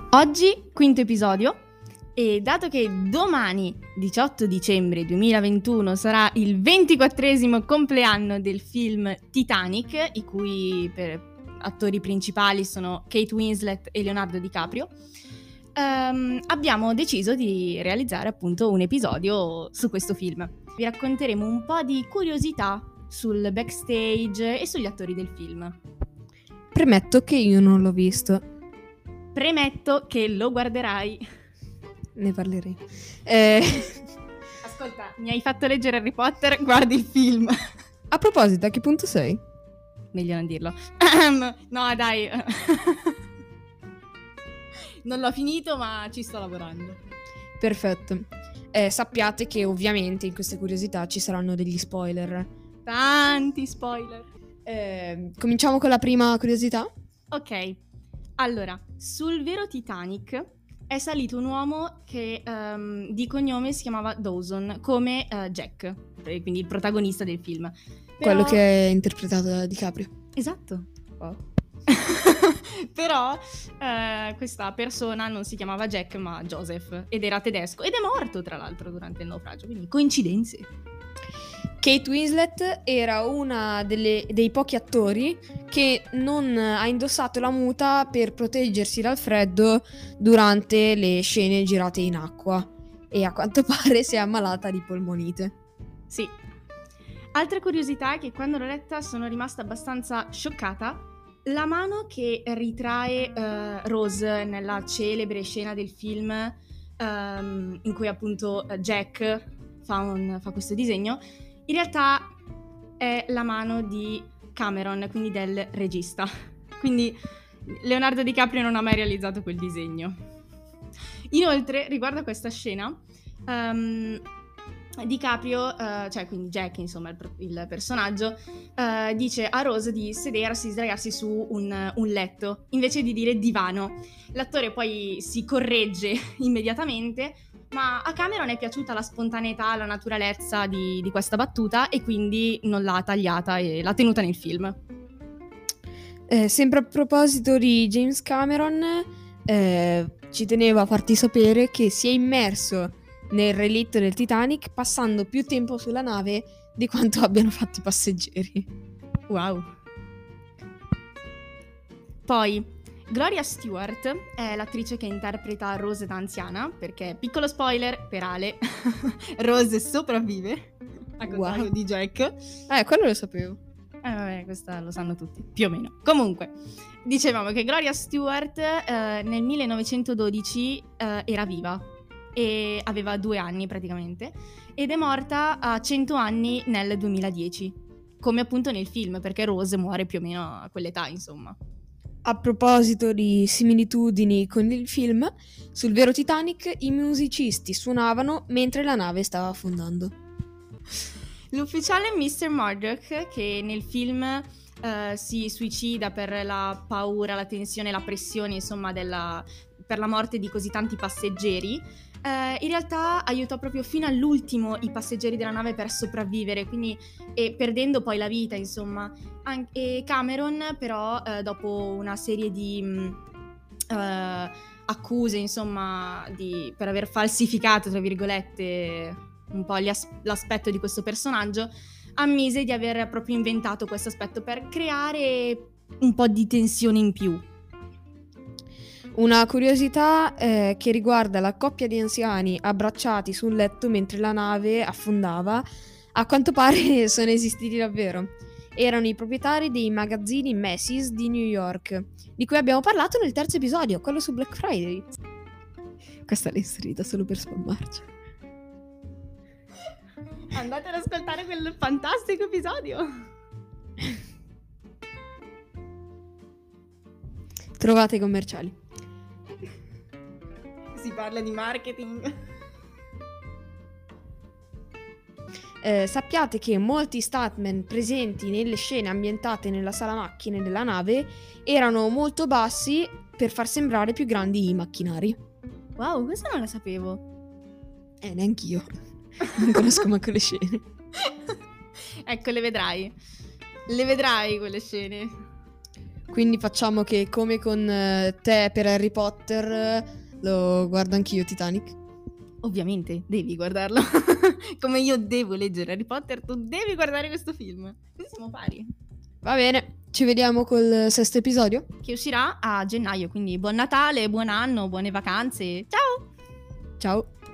Oggi, quinto episodio, e dato che domani, 18 dicembre 2021, sarà il 24esimo compleanno del film Titanic, i cui attori principali sono Kate Winslet e Leonardo DiCaprio, abbiamo deciso di realizzare appunto un episodio su questo film. Vi racconteremo un po' di curiosità sul backstage e sugli attori del film. Premetto che io non l'ho visto. Premetto che lo guarderai. Ne parlerei. Ascolta, mi hai fatto leggere Harry Potter, guardi il film. A proposito, a che punto sei? Meglio non dirlo. No, dai. Non l'ho finito, ma ci sto lavorando. Perfetto. Sappiate che ovviamente in queste curiosità ci saranno degli spoiler. Tanti spoiler. Cominciamo con la prima curiosità? Ok. Allora, sul vero Titanic è salito un uomo che di cognome si chiamava Dawson, come Jack, quindi il protagonista del film. Quello che è interpretato da DiCaprio. Esatto. Oh. Però questa persona non si chiamava Jack ma Joseph ed era tedesco ed è morto tra l'altro durante il naufragio, quindi coincidenze. Kate Winslet era una dei pochi attori che non ha indossato la muta per proteggersi dal freddo durante le scene girate in acqua e a quanto pare si è ammalata di polmonite. Sì. Altra curiosità è che quando l'ho letta sono rimasta abbastanza scioccata. La mano che ritrae Rose nella celebre scena del film in cui appunto Jack fa questo disegno, in realtà è la mano di Cameron, quindi del regista. Quindi Leonardo DiCaprio non ha mai realizzato quel disegno. Inoltre, riguardo a questa scena, DiCaprio, cioè quindi Jack, insomma, il personaggio, dice a Rose di sdraiarsi su un letto, invece di dire divano. L'attore poi si corregge immediatamente, ma a Cameron è piaciuta la spontaneità, la naturalezza di questa battuta e quindi non l'ha tagliata e l'ha tenuta nel film. Sempre a proposito di James Cameron, ci tenevo a farti sapere che si è immerso nel relitto del Titanic passando più tempo sulla nave di quanto abbiano fatto i passeggeri. Wow. Poi Gloria Stewart è l'attrice che interpreta Rose da anziana, perché, piccolo spoiler per Ale, Rose sopravvive, a contrario di Jack. Quello lo sapevo. Vabbè, questa lo sanno tutti, più o meno. Comunque, dicevamo che Gloria Stewart nel 1912 era viva e aveva 2 anni praticamente, ed è morta a 100 anni nel 2010, come appunto nel film, perché Rose muore più o meno a quell'età, insomma. A proposito di similitudini con il film, sul vero Titanic i musicisti suonavano mentre la nave stava affondando. L'ufficiale Mr. Murdoch, che nel film si suicida per la paura, la tensione, la pressione, insomma, per la morte di così tanti passeggeri, in realtà aiutò proprio fino all'ultimo i passeggeri della nave per sopravvivere, quindi perdendo poi la vita, insomma. E Cameron però dopo una serie di accuse, insomma, per aver falsificato, tra virgolette, un po' l'aspetto di questo personaggio, ammise di aver proprio inventato questo aspetto per creare un po' di tensione in più. Una curiosità che riguarda la coppia di anziani abbracciati sul letto mentre la nave affondava, a quanto pare sono esistiti davvero. Erano i proprietari dei magazzini Macy's di New York, di cui abbiamo parlato nel terzo episodio, quello su Black Friday. Questa l'ho inserita solo per spammarci. Andate ad ascoltare quel fantastico episodio. Trovate i commerciali. Si parla di marketing. Sappiate che molti stuntman presenti nelle scene ambientate nella sala macchine della nave erano molto bassi per far sembrare più grandi i macchinari. Wow, questo non lo sapevo. Neanch'io. Non conosco manco le scene. Ecco, le vedrai. Le vedrai quelle scene. Quindi facciamo che, come con te per Harry Potter, lo guardo anch'io Titanic. Ovviamente, devi guardarlo. Come io devo leggere Harry Potter, tu devi guardare questo film. Così siamo pari. Va bene, ci vediamo col 6º episodio. Che uscirà a gennaio, quindi buon Natale, buon anno, buone vacanze. Ciao! Ciao!